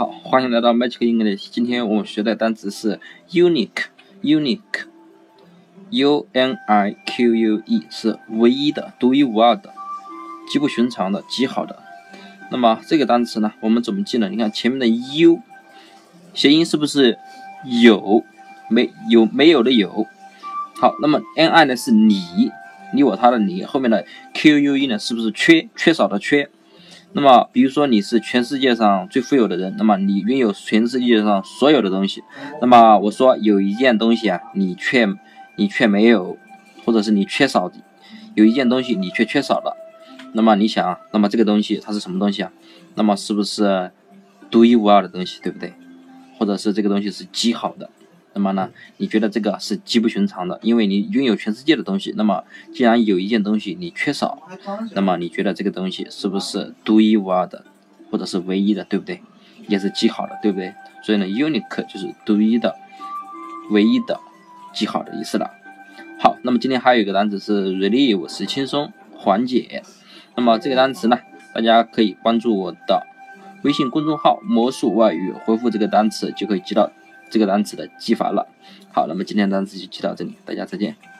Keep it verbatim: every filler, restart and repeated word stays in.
好，欢迎来到 Magic English。今天我们学的单词是 unique，unique，U N I Q U E 是唯一的、独一无二的、极不寻常的、极好的。那么这个单词呢，我们怎么记呢？你看前面的 U， 谐音是不是有？没有没有的有。好，那么 N I 呢是你，你我他的你，后面的 Q U E 呢是不是缺？缺少的缺。那么比如说你是全世界上最富有的人，那么你拥有全世界上所有的东西，那么我说有一件东西啊你却你却没有，或者是你缺少，有一件东西你却缺少了，那么你想啊，那么这个东西它是什么东西啊？那么是不是独一无二的东西，对不对？或者是这个东西是极好的，那么呢你觉得这个是极不寻常的，因为你拥有全世界的东西，那么既然有一件东西你缺少，那么你觉得这个东西是不是独一无二的，或者是唯一的，对不对？也是极好的，对不对？所以呢 unique 就是独一的、唯一的、极好的意思了。好，那么今天还有一个单词是 relieve， 是轻松缓解。那么这个单词呢，大家可以关注我的微信公众号魔术外语，回复这个单词就可以记到这个单词的记法了。好，那么今天的单词就记到这里，大家再见。